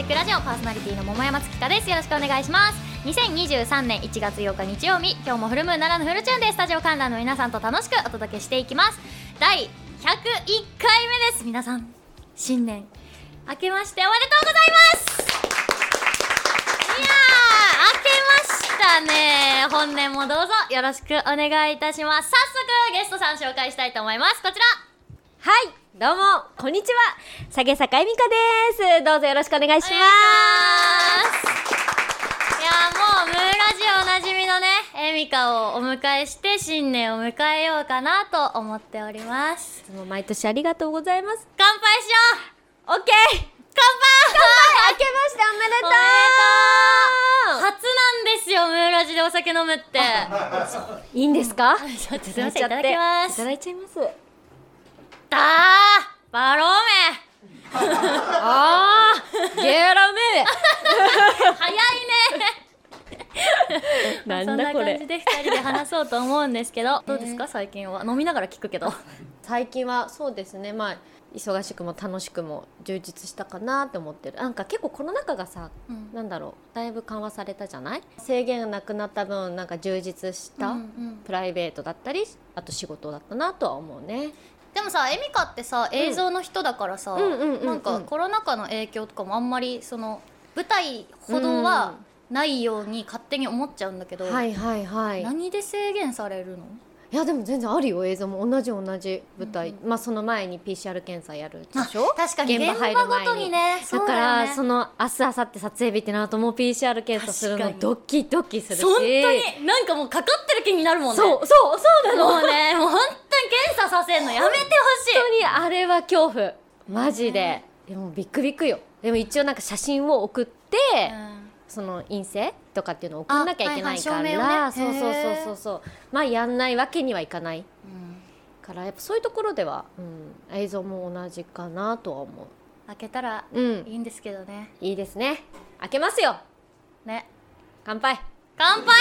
クラジオパーソナリティの桃山月香です。よろしくお願いします。2023年1月8日日曜日、今日もフルムーンならぬフルチューンでスタジオ観覧の皆さんと楽しくお届けしていきます。第101回目です。皆さん新年明けましておめでとうございます。いやー明けましたね。本年もどうぞよろしくお願いいたします。早速ゲストさん紹介したいと思います。こちら、 はい、どうもこんにちは、下げ坂恵美香です。どうぞよろしくお願いします。 いやーもうムーラジオおなじみのね恵美香をお迎えして新年を迎えようかなと思っております。 いつも毎年ありがとうございます。 乾杯しよう。 オッケー、 乾杯。 明けましておめでとう。 初なんですよムーラジでお酒飲むって。 いいんですか？ ちょっとすいません、いただきます。 いただいちゃいます。 バロメあーゲラメ早いねなんだこれ。 そんな感じで2人で話そうと思うんですけど、どうですか最近は。飲みながら聞くけど最近はそうですね、まあ忙しくも楽しくも充実したかなって思ってる。なんか結構コロナ禍がさ、なんだろう、だいぶ緩和されたじゃない。制限がなくなった分なんか充実したプライベートだったり、あと仕事だったなとは思うね。 でもさ、恵美香ってさ映像の人だからさ、なんかコロナ禍の影響とかもあんまりその舞台ほどはないように勝手に思っちゃうんだけど、 はいはいはい。 何で制限されるの？ いやでも全然あるよ。映像も同じ舞台、まあその前に PCR 検査やるでしょ。 確かに現場入る前に現場ごとにね。 だからその明日明後日撮影日ってなるともう PCR 検査するのドキドキするし、 本当になんかもうかかってる気になるもんね。 そうなの。 もうね、もう本当に検査させんのやめてほしい。 本当にあれは恐怖マジで。でもビックビックよ。でも一応なんか写真を送って、その陰性とかっていうのを送んなきゃいけないから、そうまあやんないわけにはいかない、からやっぱそういうところでは、映像も同じかなとは思う。 開けたらいいんですけどね。 いいですね。開けますよね。 乾杯。 乾杯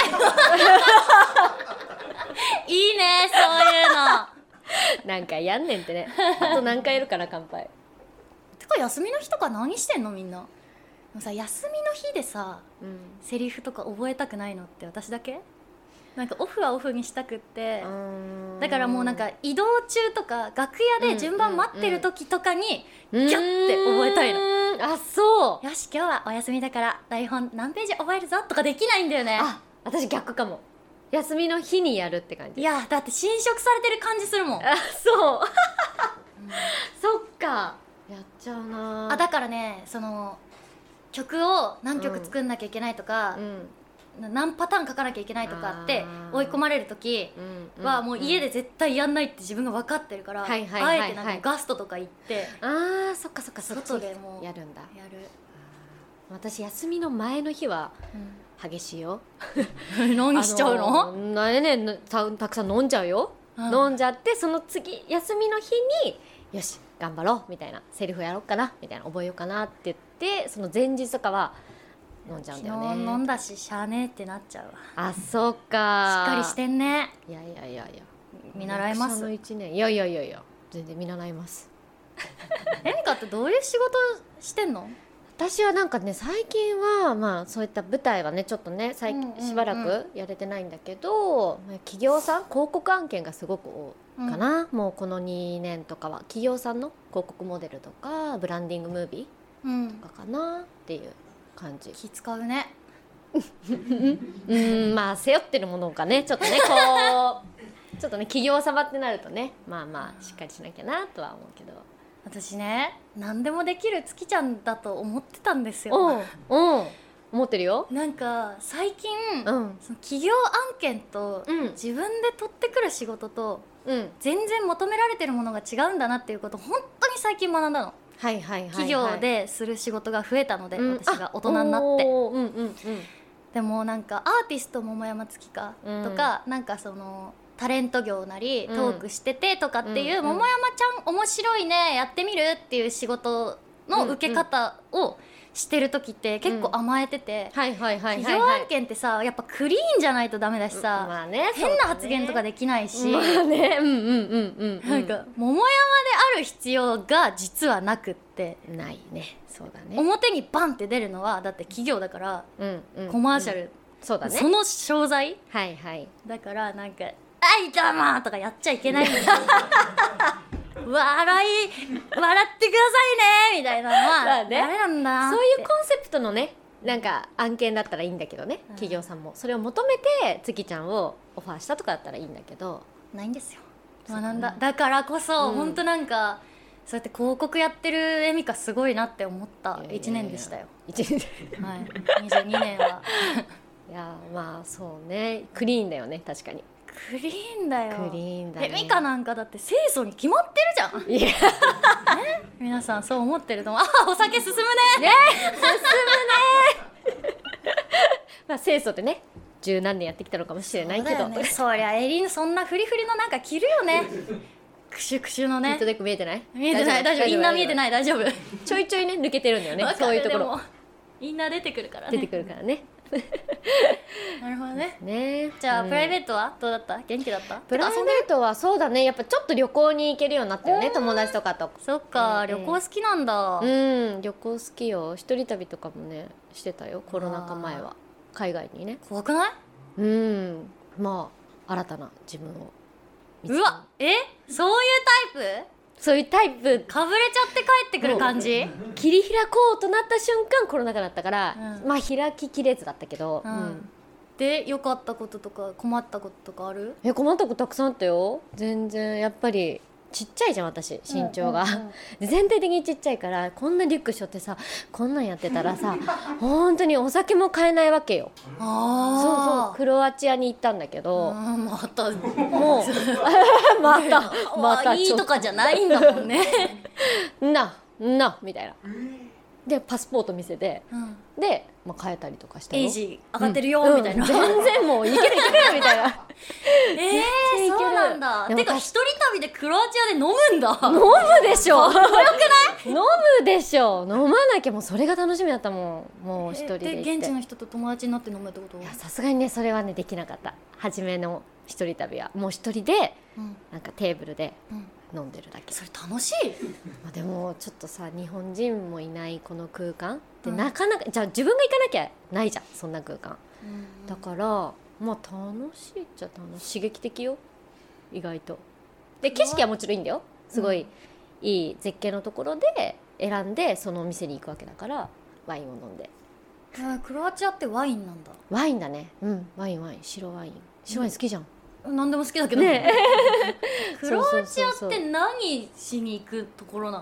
いいねそういうの何回やんねんってね。あと何回やるかな乾杯。 てか休みの日とか何してんのみんな。でもさ、休みの日でさ、セリフとか覚えたくないのって私だけ？なんかオフはオフにしたくって、だからもうなんか移動中とか楽屋で順番待ってる時とかにギャッて覚えたいの。 あ、そう。 よし今日はお休みだから台本何ページ覚えるぞとかできないんだよね。 あ、私逆かも。休みの日にやるって感じ。 いやだって侵食されてる感じするもん。 あ、そうそっか、やっちゃうな。 だからね、その曲を何曲作んなきゃいけないとか、何パターン書かなきゃいけないとかって追い込まれる時はもう家で絶対やんないって自分が分かってるから、あえてなんかガストとか行って、 そっか外でもやるんだ。 やる。 私休みの前の日は激しいよ何しちゃうの？ たくさん飲んじゃうよ、飲んじゃって、その次休みの日によし頑張ろうみたいな、セリフやろうかなみたいな、覚えようかなって言って、その前日とかは飲んじゃうんだよね。 昨日飲んだししゃあねえってなっちゃうわ。 あ、そうか。 しっかりしてんね。 いや見習います。 の1年いや全然見習います。 恵美香ってどういう仕事してんの？ 私はなんかね、最近はまあそういった舞台はねちょっとねしばらくやれてないんだけど、企業さん広告案件がすごく多いかな、もうこの2年とかは企業さんの広告モデルとかブランディングムービーとかかなっていう感じ。 気使うねまあ背負ってるものがねちょっとねこうちょっとね企業様ってなるとね、まあしっかりしなきゃなとは思うけど。 私ね、何でもできる月ちゃんだと思ってたんですよ。 思ってるよ。 なんか最近、その企業案件と、自分で取ってくる仕事と、全然求められてるものが違うんだなっていうことを本当に最近学んだの。企業でする仕事が増えたので、私が大人になって、でもなんかアーティスト桃山月香とか、なんかそのタレント業なりトークしててとかっていう、桃山ちゃん面白いねやってみるっていう仕事の受け方をしてる時って結構甘えてて、企業案件ってさやっぱクリーンじゃないとダメだしさ、変な発言とかできないし、なんか桃山でる必要が実はなくって、 ないね。そうだね。 表にバンって出るのはだって企業だから、コマーシャル、 そうだね、 その商材、 はいはい、 だからなんか「あいどうも」とかやっちゃいけないんだよ笑ってくださいねみたいなのはダメなんだなって。 そういうコンセプトのね、なんか案件だったらいいんだけどね、企業さんもそれを求めて月ちゃんをオファーしたとかだったらいいんだけど、 ないんですよ。学んだ。だからこそ、本当なんかそうやって広告やってるエミカすごいなって思った1年でしたよ。 1年はい、22年は。 いやまあそうね、クリーンだよね、確かにクリーンだよ。 クリーンだね。 エミカなんかだって清楚に決まってるじゃん。いや皆さんそう思ってると思う。あ、お酒進むね。進むね。 まあ清楚ってね、十何年やってきたのかもしれないけど、 そりゃエリンそんなフリフリのなんか着るよね。クシュクシュのね。 ヒットデック見えてない？ 見えてない、大丈夫。インナー見えてない、大丈夫。 ちょいちょいね抜けてるんだよね、そういうところ。 インナー出てくるからね。 出てくるからね。 なるほどね。 ね、 じゃあプライベートはどうだった？元気だった？ プライベートはそうだね、やっぱちょっと旅行に行けるようになったよね、友達とかと。 そっか、旅行好きなんだ。 旅行好きよ。一人旅とかもねしてたよ、コロナ禍前は。海外にね。 怖くない？ まあ新たな自分を見つけ。 うわ、そういうタイプ？ そういうタイプかぶれちゃって帰ってくる感じ？ 切り開こうとなった瞬間コロナ禍だったから、まあ開ききれずだったけど、 で良かったこととか困ったこととかある？ 困ったことたくさんあったよ。全然やっぱりちっちゃいじゃん私、身長が、全体的にちっちゃいから、こんなリュック背負ってさ、こんなんやってたらさ本当にお酒も買えないわけよ。そうそう、クロアチアに行ったんだけど、 またもうまたいいとかじゃないんだもんね。 なみたいなでパスポート見せて、で、変えたりとかしたよ。 エイジ上がってるよみたいな。 全然もういけるみたいな。 そうなんだ。てか一人旅でクロアチアで飲むんだ。 飲むでしょ。よくない？飲むでしょ。飲まなきゃもうそれが楽しみだったもん。もう一人で行って。 現地の人と友達になって飲むってこと？ いやさすがにね、それはねできなかった。初めの一人旅はもう一人で、なんかテーブルで飲んでるだけ。 それ楽しい？ でもちょっとさ、日本人もいないこの空間ってなかなか、じゃあ自分が行かなきゃないじゃん、そんな空間。だから楽しいっちゃ楽しい、刺激的よ意外と。で景色はもちろんいいんだよ、すごいいい絶景のところで選んでそのお店に行くわけだから、ワインを飲んで。 クロアチアってワインなんだ。 ワインだね。ワイン白ワイン好きじゃん。 何でも好きだけどね。クロアチアって何しに行くところなの？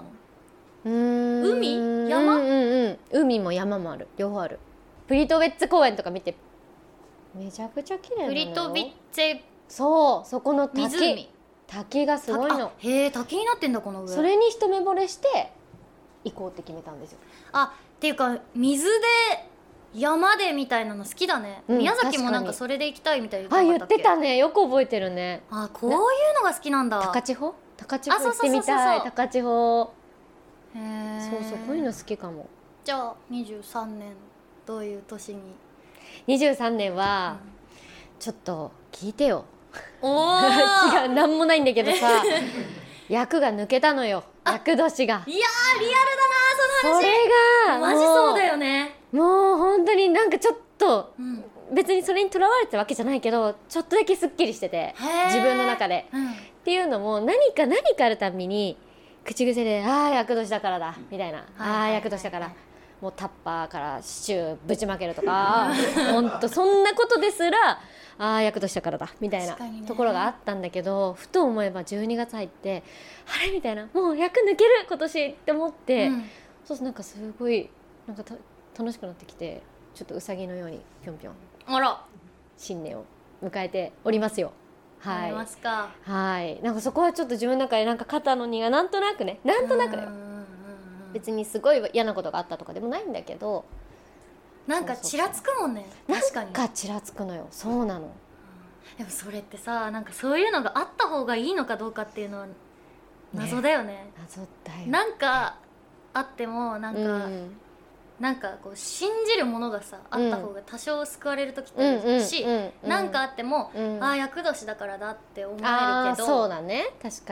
海？山？ 海も山もある、両方ある。プリトベッツ公園とか見て、めちゃくちゃ綺麗なのよ。 プリトビッツェ、 そこの滝がすごいの。 へえ、滝になってんだこの上。 それに一目惚れして行こうって決めたんですよ。 っていうか水で山でみたいなの好きだね。宮崎もなんかそれで行きたいみたいな言ってたね。よく覚えてるね。 こういうのが好きなんだ。 高千穂行ってみたい。高千穂。こういうの好きかも。 じゃあ23年どういう年に ？23年は、ちょっと聞いてよ。 違う、なんもないんだけどさ役が抜けたのよ、役年が。 いやー、リアルだなその話。 それがマジそうだよね。 もう本当になんかちょっと、別にそれにとらわれてたわけじゃないけど、ちょっとだけすっきりしてて、自分の中で、っていうのも何かあるたびに口癖で役年だからだみたいな、役年だからもうタッパーからシチューぶちまけるとか本当そんなことですら役年だからだみたいなところがあったんだけど、ふと思えば12月入ってあれみたいな、もう役抜ける今年って思って、そうなんかすごいなんか楽しくなってきて、ちょっとウサギのようにぴょんぴょん新年を迎えておりますよ。はい。 ますか。 はい。なんかそこはちょっと自分の中でなんか肩の荷がなんとなくだよ。別にすごい嫌なことがあったとかでもないんだけど、 なんかちらつくもんね。確かに。 なんかちらつくのよ。そうなの。 でもそれってさ、なんかそういうのがあった方がいいのかどうかっていうのは謎だよね。 謎だよ。 なんかあってもなんかこう信じるものがさあった方が多少救われる時ってあるし、なんかあっても役年だからだって思えるけど、 そうだね、確かに。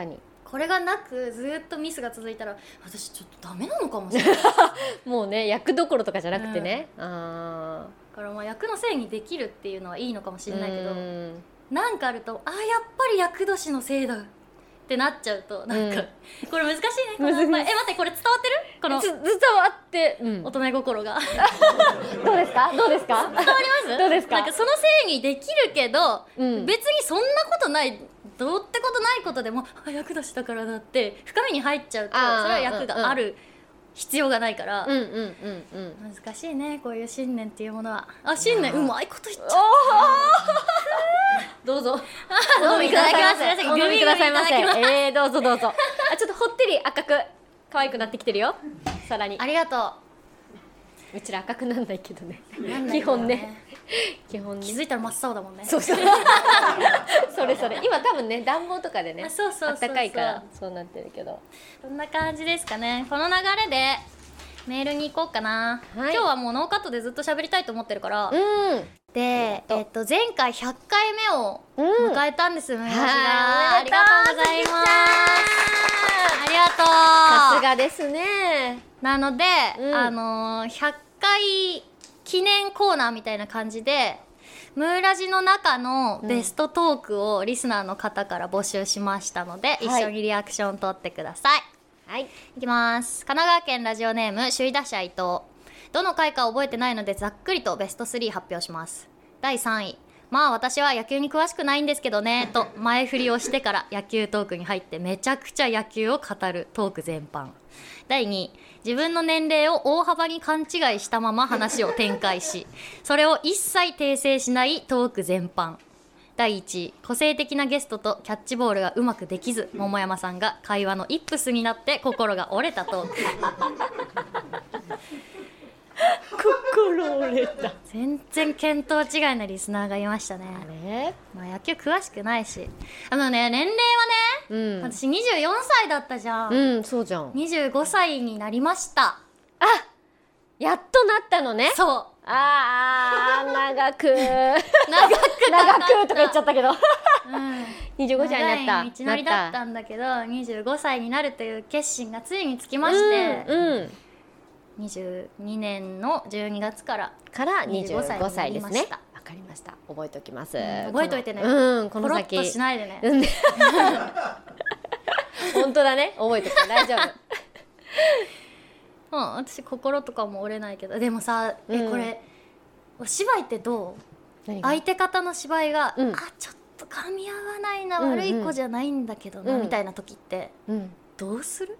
これがなくずっとミスが続いたら私ちょっとダメなのかもしれないもうね役どころとかじゃなくてね、あだからまあ役のせいにできるっていうのはいいのかもしれないけど、なんかあるとやっぱり役年のせいだってなっちゃうとなんか、これ難しいね。待ってこれ伝わってる？この伝わって、 大人心がどうですか伝わりますどうですか？ なんかそのせいにできるけど、別にそんなことないどうってことないことでも役年だからだって深みに入っちゃうとそれは役がある必要がないから、難しいねこういう信念っていうものは。新年うまいこと言っちゃったどうぞお飲みくださいませ。お飲みくださいませ。どうぞどうぞ。ちょっとほってり赤く可愛くなってきてるよ。さらにありがとうちら赤くなんないけどね。基本ね気づいたら真っ青だもんね。 そうそれ今多分ね暖房とかでねあったかいからそうなってるけど、 こんな感じですかね。この流れでメールに行こうかな。今日はもうノーカットでずっと喋りたいと思ってるから。で、前回100回目を迎えたんですよ、私が。ありがとうございます。ありがとう。 さすがですね。 なので、100回記念コーナーみたいな感じでムーラジの中のベストトークをリスナーの方から募集しましたので、一緒にリアクション取ってください。はい、いきます。神奈川県ラジオネーム首位打者伊藤。どの回か覚えてないのでざっくりとベスト3発表します。第3位、まあ私は野球に詳しくないんですけどねと前振りをしてから野球トークに入ってめちゃくちゃ野球を語るトーク全般。第2位、自分の年齢を大幅に勘違いしたまま話を展開しそれを一切訂正しないトーク全般。第1位、個性的なゲストとキャッチボールがうまくできず桃山さんが会話のイップスになって心が折れたトーク心折れた。 全然見当違いなリスナーがいましたね。野球詳しくないし年齢はね、私24歳だったじゃん。 そうじゃん。 25歳になりました。 やっとなったのね。 そう。 長くとか言っちゃったけど25歳になった。 長い道のりだったんだけど25歳になるという決心がついにつきまして、22年の12月から 25歳ですね。わかりました。覚えておきます。 覚えておいてね。この先ポロッとしないでね。 本当だね。覚えておく。大丈夫。 私心とかも折れないけど、でもさ、これお芝居ってどう？相手方の芝居が、ちょっと噛み合わないな、悪い子じゃないんだけどな、みたいな時って、どうする？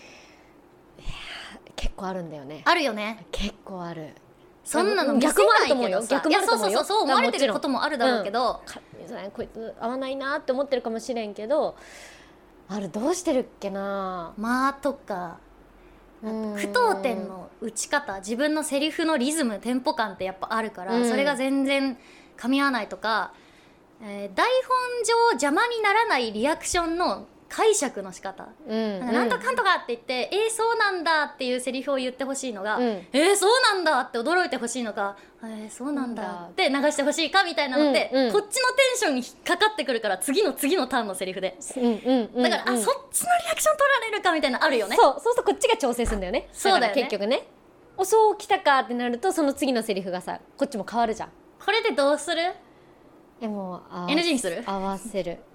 結構あるんだよね。 あるよね。 結構ある。 そんなの見せないけどさ、そう思われてることもあるだろうけど、 こいつ合わないなって思ってるかもしれんけど、どうしてるっけな。 とか句読点の打ち方、自分のセリフのリズムテンポ感ってやっぱあるから、それが全然噛み合わないとか、台本上邪魔にならないリアクションの解釈の仕方、なんとかんとかって言ってそうなんだっていうセリフを言ってほしいのが、そうなんだって驚いてほしいのか、そうなんだって流してほしいかみたいなのって、こっちのテンションに引っかかってくるから、次のターンのセリフで、だからそっちのリアクション取られるかみたいなのあるよね。 そうするとこっちが調整するんだよね。そうだよね。結局ね、そうきたかってなると、その次のセリフがさこっちも変わるじゃん。 これでどうする？ もう NG にする？ 合わせる。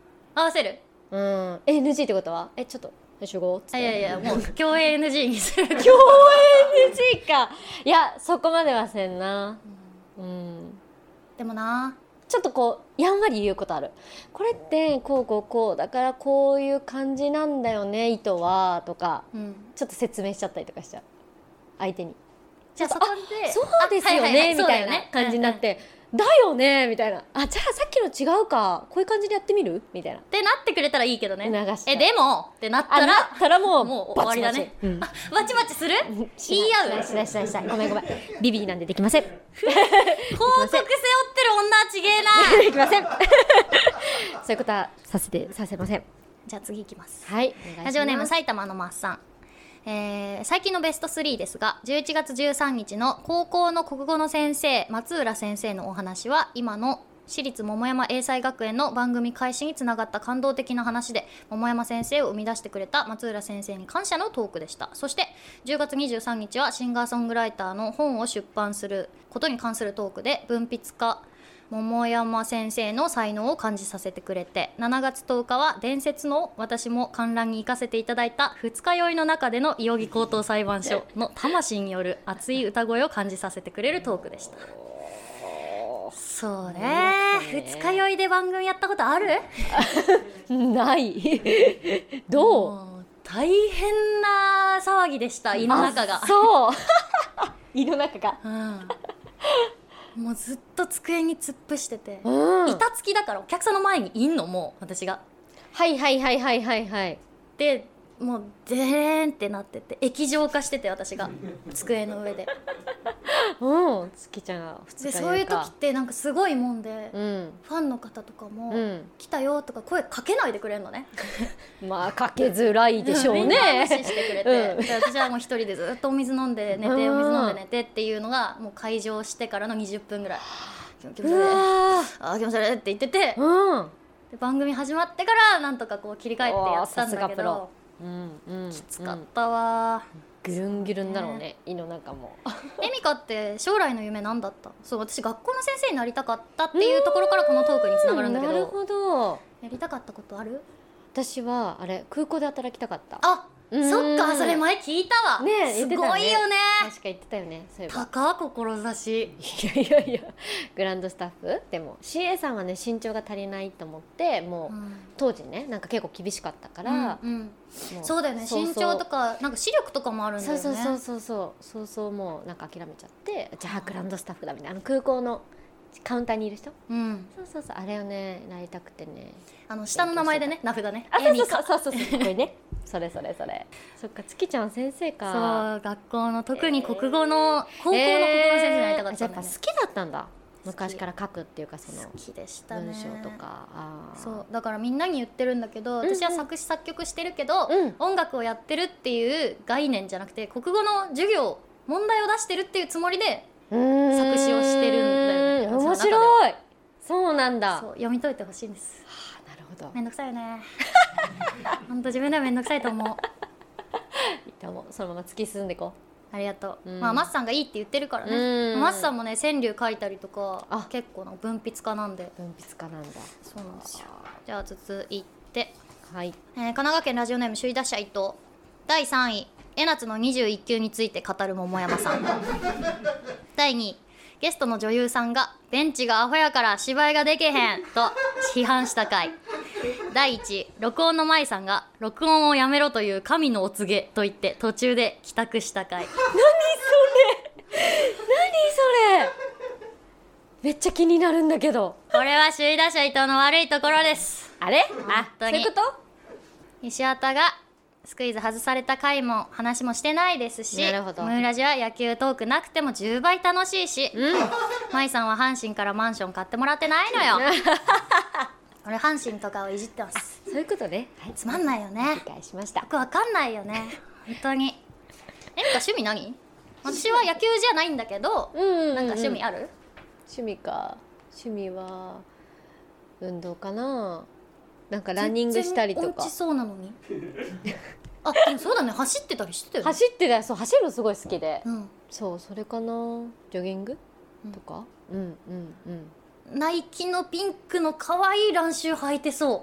NG ってことはちょっと集合っつって。 いやもう共演 NG にする。 共演 NG か。いやそこまではせんな。 でもな、 ちょっとこうやんわり言うことある。これってこうだからこういう感じなんだよね、意図はとか、ちょっと説明しちゃったりとかしちゃう、相手に。 じゃあそこでそうですよねみたいな感じになって、だよねみたいな、じゃあさっきの違うか、こういう感じでやってみるみたいなってなってくれたらいいけどね。 流してでもってなったらもう終わりだね。バチバチする？言い合う？ しないごめんビビーなんでできません。 広告背負ってる女ちげえな。 できません。そういうことはさせません。 じゃあ次いきます。 はい、 ラジオネーム埼玉のマッサン。最近のベスト3ですが、11月13日の高校の国語の先生松浦先生のお話は今の私立桃山英才学園の番組開始につながった感動的な話で、桃山先生を生み出してくれた松浦先生に感謝のトークでした。そして10月23日はシンガーソングライターの本を出版することに関するトークで、文筆家桃山先生の才能を感じさせてくれて、7月10日は伝説の私も観覧に行かせていただいた二日酔いの中での伊予木高等裁判所の魂による熱い歌声を感じさせてくれるトークでした。そうね、二日酔いで番組やったことある？ ないどう？ 大変な騒ぎでした、胃の中が。 そう胃の中が、 もうずっと机に突っ伏してて、 板付きだからお客さんの前にいんの、もう私が。 はいでもうデーンってなってて、液状化してて、私が机の上で月ちゃんが普通で、そういう時ってなんかすごいもんで、ファンの方とかも、来たよとか声かけないでくれるのね。 まあかけづらいでしょうね。 みんな無視してくれて、で私はもう一人でずっとお水飲んで寝て、お水飲んで寝てっていうのがもう開場してからの20分ぐらい。気持ち悪いって言ってて、で番組始まってからなんとかこう切り替えてやったんだけど、きつかったわ。 ギュルンギュルンだろうね、胃の中も。 エミカって将来の夢何だった？そう、私学校の先生になりたかったっていうところからこのトークにつながるんだけど。 なるほど。 やりたかったことある？ 私はあれ、空港で働きたかった。 あ、そっか、それ前聞いたわね。すごいよね。 確か言ってたよね、そういえば。 高志。 いやグランドスタッフでも CA さんはね、身長が足りないと思って、もう、当時ね、なんか結構厳しかったから、 そうだよね、身長とかなんか視力とかもあるんだよね。 そうもうなんか諦めちゃって、じゃあグランドスタッフだみたいな、空港のカウンターにいる人、そうあれをね、なりたくてね、 下の名前でね、名札ね、 そうこれね、それそっか、月ちゃん先生か。 そう、学校の特に国語の、高校の国語の先生になりたかったんだよね。 やっぱ好きだったんだ、昔から書くっていうか、その好きでしたね、 文章とか。 そうだからみんなに言ってるんだけど、私は作詞作曲してるけど、音楽をやってるっていう概念じゃなくて、国語の授業、問題を出してるっていうつもりで作詞をしてるんだよね。 面白い。そうなんだ。 そう、読み解いてほしいんです。 なるほど。 めんどくさいよね。本当自分ではめんどくさいと思う。 いいと思う。そのまま突き進んでいこう。ありがとう。まあマスさんがいいって言ってるからね。マスさんもね、川柳書いたりとか、結構な文筆家なんで。 文筆家なんだ。 そうなんですよ。じゃあ続いて、 はい。 神奈川県ラジオネーム首位打者伊藤。第3位、江夏の21級について語る桃山さん。第2位、ゲストの女優さんがベンチがアホやから芝居ができへんと批判した回。第1位、録音の舞さんが録音をやめろという神のお告げと言って途中で帰宅した回。 何それめっちゃ気になるんだけど。 これは首位打者伊藤の悪いところです。 あれ？そういうこと？ 西畑がスクイズ外された回も話もしてないですし、ムーラジは野球トークなくても10倍楽しいし、舞さんは阪神からマンション買ってもらってないのよ。俺阪神とかをいじってます。 そういうことね。 つまんないよね。 理解しました。 よくわかんないよね、本当に。趣味何？私は野球じゃないんだけど、なんか趣味ある？ 趣味か。趣味は運動かな。なんかランニングしたりとか。 全然音痴そうなのに。あ、でもそうだね、走ってたりしてたよね。 走ってたよ。そう、走るのすごい好きで、そう、それかな。ジョギングとか。 ナイキのピンクの可愛いランシュー履いてそう。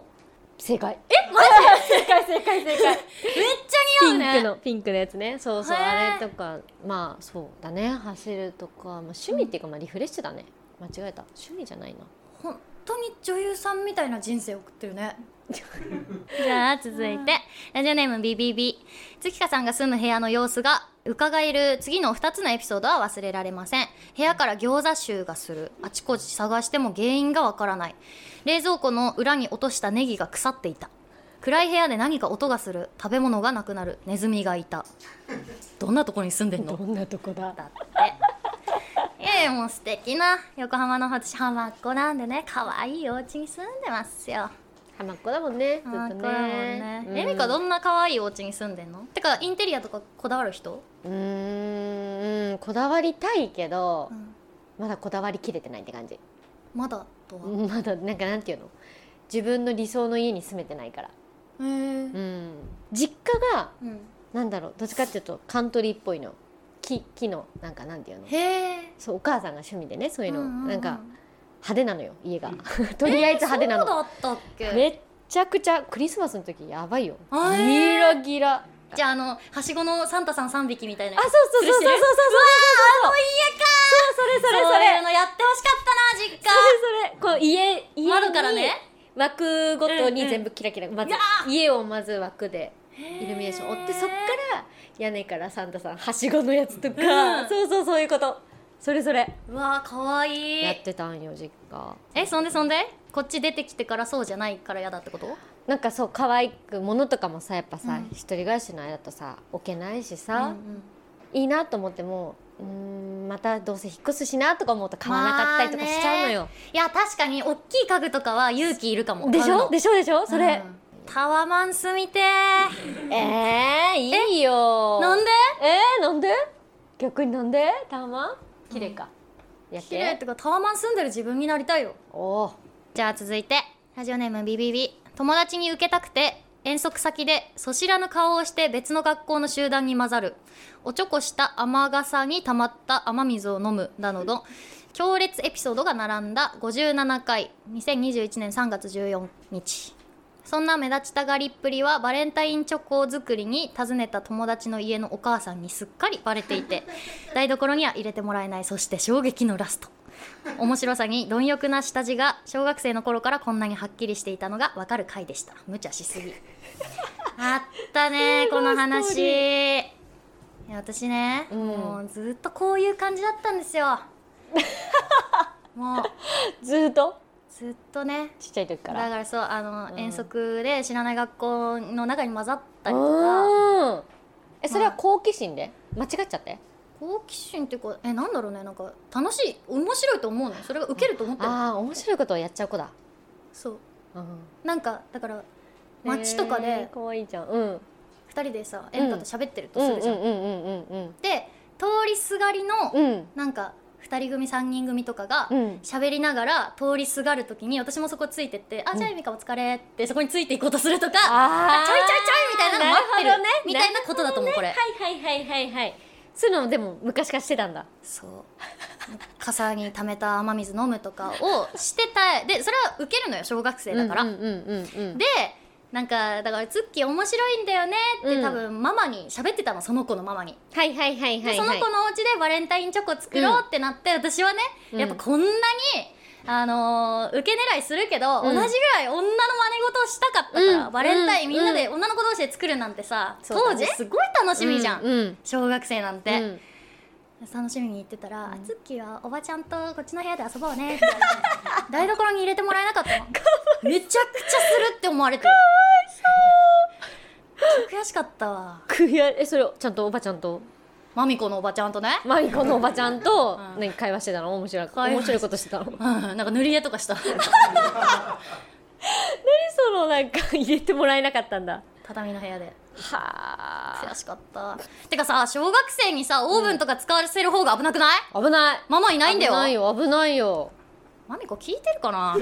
正解。 マジで？ 正解。めっちゃ似合うね。 ピンクのやつね。そう、あれとか、まあそうだね、走るとか、趣味っていうか、リフレッシュだね。間違えた、趣味じゃないな。 本当に女優さんみたいな人生を送ってるね。じゃあ続いて、ラジオネーム BBB。 月香さんが住む部屋の様子が伺える次の2つのエピソードは忘れられません。部屋から餃子臭がする。あちこち探しても原因がわからない。冷蔵庫の裏に落としたネギが腐っていた。暗い部屋で何か音がする。食べ物がなくなる。ネズミがいた。どんなところに住んでんの？ どんなとこだってもう素敵な横浜の私浜っ子なんでね、可愛いお家に住んでますよ。 浜っ子だもんね。 浜っ子だもんね。エミカどんな可愛いお家に住んでんの？てかインテリアとかこだわる人？ こだわりたいけど、まだこだわりきれてないって感じ。 まだとはまだなんかなんていうの、自分の理想の家に住めてないから。実家が、なんだろう、どっちかっていうとカントリーっぽいの。木のなんかなんていうの、そうお母さんが趣味でね、そういうの、なんか派手なのよ家がとりあえず派手なの。 そうだったっけ。 めっちゃくちゃクリスマスの時やばいよ、ギラギラ。 じゃあはしごのサンタさん3匹みたいな。 そうそうそうそうそうそうそう、 あの家か。 それそういうのやってほしかったな、実家。 それこう家窓からね、 枠ごとに全部キラキラ、まず家をまず枠でイルミネーション追って、そっから屋根からサンタさんはしごのやつとか、そういうこと。それうわーかわいい。 やってたんよ実家。 そんでこっち出てきてからそうじゃないから嫌だってこと？ なんかそう可愛く物とかもさ、やっぱさ、一人暮らしの間だとさ置けないしさ、いいなと思ってもまたどうせ引っ越すしなとか思うと買わなかったりとかしちゃうのよ。 いや確かに大きい家具とかは勇気いるかも。 でしょそれ、 タワマン住みていいよ。 なんで？ なんで？逆になんで？タワマン綺麗か、 綺麗ってかタワマン住んでる自分になりたいよ。じゃあ続いてラジオネームビビビ。友達に受けたくて遠足先でそしらぬ顔をして別の学校の集団に混ざる、おちょこした雨傘に溜まった雨水を飲むなどの強烈エピソードが並んだ57回、2021年3月14日。そんな目立ちたがりっぷりはバレンタインチョコ作りに訪ねた友達の家のお母さんにすっかりバレていて、台所には入れてもらえない。そして衝撃のラスト。面白さに貪欲な下地が小学生の頃からこんなにはっきりしていたのが分かる回でした。無茶しすぎあったねこの話。いや私ね、もうずっとこういう感じだったんですよもうずっとね、 ちっちゃい時から。 だからそう遠足で知らない学校の中に混ざったりとか。 それは好奇心で間違っちゃって？ 好奇心っていうかなんだろうね、なんか楽しい面白いと思うの、それがウケると思ってる。 面白いことをやっちゃう子だ。 そう、なんかだから街とかで可愛いじゃん。 2人でさエンタと喋ってるとするじゃん。で通りすがりのなんか2人組3人組とかが喋りながら通りすがるときに私もそこついてって「じゃあゆみかお疲れ」ってそこについていこうとするとか、ちょいちょいちょいみたいなの待ってるみたいなことだと思うこれ。 はいそういうのもでも昔からしてたんだ。 そう傘に溜めた雨水飲むとかをしてた。でそれはウケるのよ小学生だから。でなんかだからツッキー面白いんだよねって多分ママに喋ってたの、その子のママに。でその子のお家でバレンタインチョコ作ろうってなって、私はねやっぱこんなに受け狙いするけど、同じぐらい女の真似事をしたかったから、バレンタインみんなで女の子同士で作るなんてさ、当時すごい楽しみじゃん、小学生なんて。楽しみに行ってたら「ツッキーはおばちゃんとこっちの部屋で遊ぼうね」って台所に入れてもらえなかったの。めちゃくちゃするって思われて、かわいそう。悔しかったわ。 それちゃんとおばちゃんとマミコのおばちゃんとね、 マミコのおばちゃんと会話してたの？面白いことしてたの？ なんか塗り絵とかした何そのなんか入れてもらえなかったんだ、 畳の部屋で。 は悔しかった。てかさ、小学生にさオーブンとか使わせる方が危なくない？ 危ない。 ママいないんだよ。 危ないよ。 マミコ聞いてるかな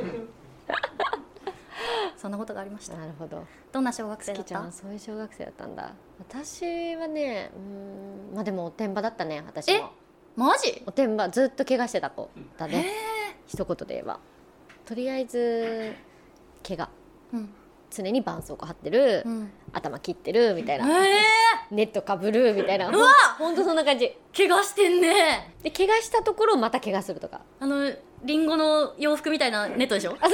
そんなことがありました。 なるほど。 どんな小学生だった？ そういう小学生だったんだ。私はねでもおてんばだったね。私もマジ？ おてんば、ずっと怪我してた子だね。一言で言えばとりあえず怪我、常に絆創膏貼ってる、頭切ってるみたいな、ネットかぶるみたいな。ほんとそんな感じ。怪我してんね。 で怪我したところをまた怪我するとか、 リンゴの洋服みたいなネットでしょ。 そ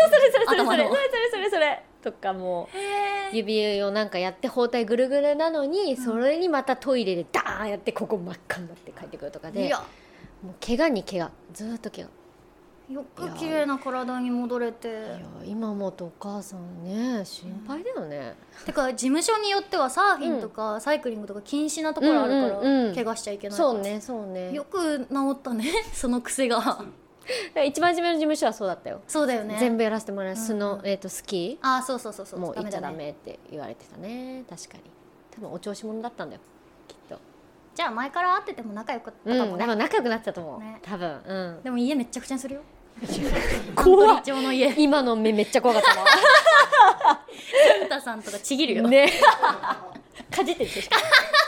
れとかも指をなんかやって包帯ぐるぐるなのに、それにまたトイレでダーンやってここ真っ赤になって帰ってくるとかで、もう怪我に怪我、ずっと怪我。 よく綺麗な体に戻れて。いや今思うとお母さんね心配だよね。 てか事務所によってはサーフィンとかサイクリングとか禁止なところあるから怪我しちゃいけないから。 そうねよく治ったねその癖が一番初めの事務所はそうだったよ。 そうだよね。 全部やらせてもらう。スキーそうもう行っちゃダメって言われてたね。確かに多分お調子者だったんだよきっと。 じゃあ前から会ってても仲良かったかもね。 でも仲良くなってたと思う、多分。 でも家めっちゃくちゃにするよ。 怖っ。 鳥町の家今の目めっちゃ怖かったわ。 サンタさんとかちぎるよね。かじってるでしょ。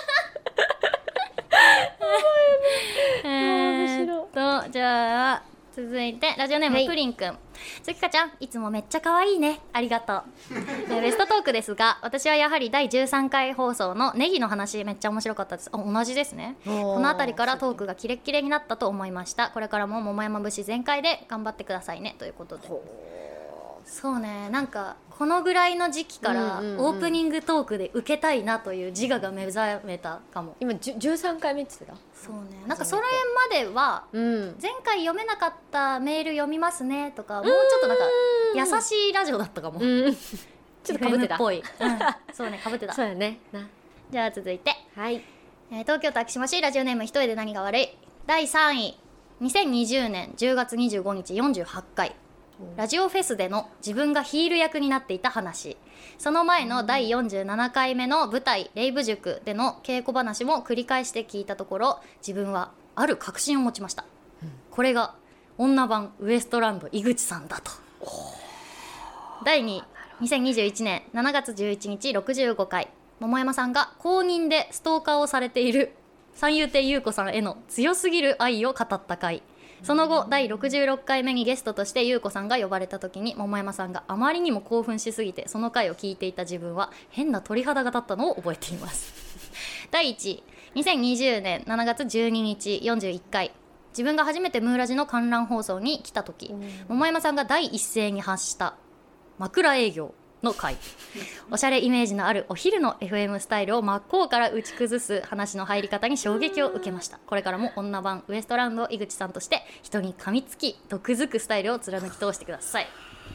じゃあ続いてラジオネームプリンくん、月香ちゃんいつもめっちゃ可愛いね、ありがとう。ベストトークですが、私はやはり第13回放送のネギの話めっちゃ面白かったです。同じですね。このあたりからトークがキレッキレになったと思いました。これからも桃山節全開で頑張ってくださいねということで。そうね、なんかこのぐらいの時期からオープニングトークで受けたいなという自我が目覚めたかも。 今13回目って言ってた。 そうね、なんかそれまでは、前回読めなかったメール読みますねとか、もうちょっとなんか優しいラジオだったかも。ちょっとかぶってた FM っぽい、そうね、かぶってた。 そうやね。 じゃあ続いて、 はい、 東京都昭島市ラジオネーム一重で何が悪い第3位、2020年10月25日48回ラジオフェスでの自分がヒール役になっていた話。その前の第47回目の舞台レイブ塾での稽古話も繰り返して聞いたところ、自分はある確信を持ちました。これが女版ウエストランド井口さんだと。第2位、2021年7月11日65回桃山さんが公認でストーカーをされている三遊亭優子さんへの強すぎる愛を語った回。その後第66回目にゲストとして優子さんが呼ばれた時に桃山さんがあまりにも興奮しすぎてその回を聞いていた自分は変な鳥肌が立ったのを覚えています第1位、2020年7月12日41回自分が初めてムーラジの観覧放送に来た時、桃山さんが第一声に発した枕営業の回。おしゃれイメージのあるお昼の FM スタイルを真っ向から打ち崩す話の入り方に衝撃を受けました。これからも女版ウエストランド井口さんとして人に噛みつき毒づくスタイルを貫き通してください。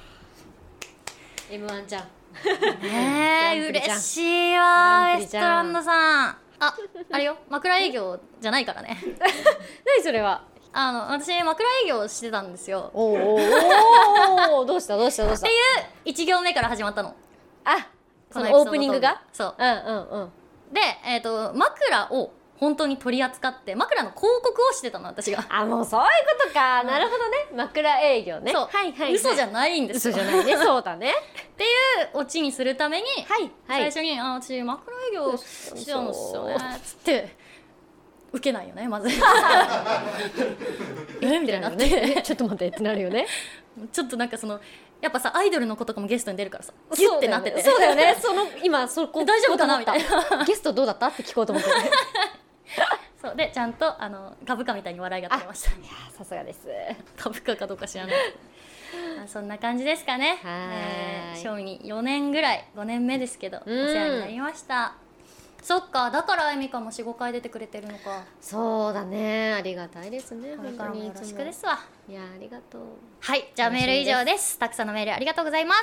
M1 ちゃん嬉しいわウエストランドさん。あれよ、枕営業じゃないからね何それは。 私枕営業してたんですよ。 おどうしたっていう 1行目から始まったの。 そのオープニングが。 そうで、枕を本当に取り扱って枕の広告をしてたの、私が。 もうそういうことか。なるほどね。枕営業ね。 そう、嘘じゃないんですよ。 嘘じゃないね。そうだねっていうオチにするために、最初に私枕営業してたんですよねつって受けないよね、まずみたいになってちょっと待ってってなるよねちょっとなんかやっぱさアイドルの子とかもゲストに出るからさギュッてなってて、 そうだよね今そこ大丈夫かなみたいなゲストどうだったって聞こうと思ってそうでちゃんと株価みたいに笑いが取れました。いやさすがです。 株価かどうか知らないそんな感じですかね。賞味に4年ぐらい5年目ですけどお世話になりました。そっか、だからエミカも 4,5 回出てくれてるのか。 そうだね、ありがたいですね。 これからもよろしくですわ。 いやありがとう。 はい、じゃあメール以上です。たくさんのメールありがとうございます。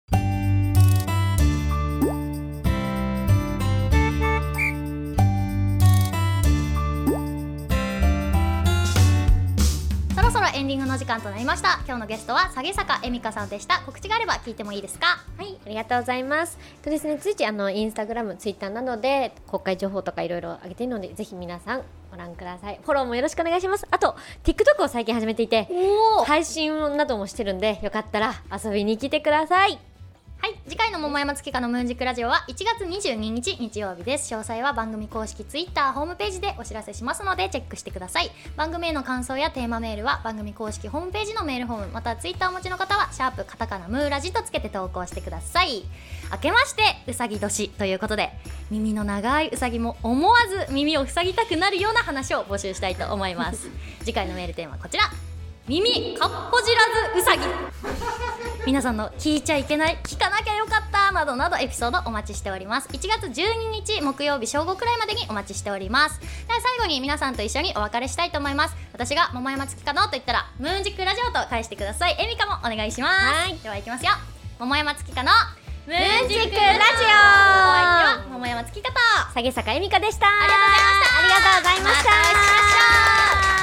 そろそろエンディングの時間となりました。今日のゲストは下坂恵美香さんでした。告知があれば聞いてもいいですか？ はい、ありがとうございます。ですね、随時インスタグラム、ツイッターなどで公開情報とかいろいろ上げているので、ぜひ皆さんご覧ください。フォローもよろしくお願いします。あと TikTok を最近始めていて、配信などもしてるんで、よかったら遊びに来てください。 はい、次回の桃山月花のムーンジックラジオは1月22日日曜日です。詳細は番組公式ツイッターホームページでお知らせしますのでチェックしてください。番組への感想やテーマメールは番組公式ホームページのメールフォーム、またはツイッターをお持ちの方はシャープカタカナムーラジとつけて投稿してください。明けましてうさぎ年ということで、耳の長いうさぎも思わず耳を塞ぎたくなるような話を募集したいと思います次回のメールテーマはこちら、耳かっぽじらずうさぎ皆さんの聞いちゃいけない、聞かなきゃよかったなどなどエピソードお待ちしております。1月12日木曜日正午くらいまでにお待ちしております。では最後に皆さんと一緒にお別れしたいと思います。私が桃山月花のと言ったらムーンジックラジオと返してください。エミカもお願いします。ではいきますよ、桃山月花のムーンジックラジオ。お相手は桃山月花と下坂恵美香でした。 ありがとうございました。 またお会いしましょう。